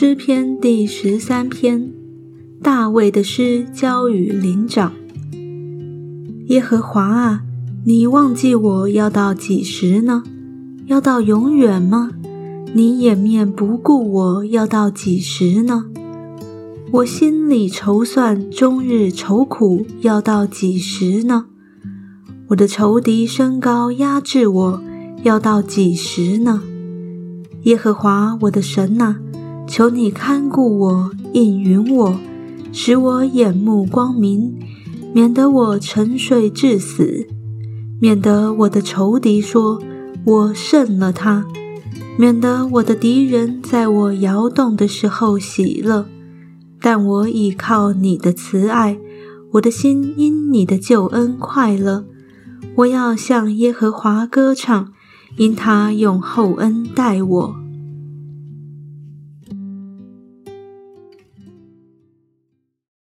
诗篇第13篇，大卫的诗交与灵长。耶和华啊，你忘记我要到几时呢？要到永远吗？你掩面不顾我要到几时呢？我心里筹算，终日愁苦，要到几时呢？我的仇敌升高压制我，要到几时呢？耶和华我的神啊，求你看顾我，应允我，使我眼目光明，免得我沉睡至死，免得我的仇敌说我胜了他，免得我的敌人在我摇动的时候喜乐。但我倚靠你的慈爱，我的心因你的救恩快乐。我要向耶和华歌唱，因他用厚恩待我。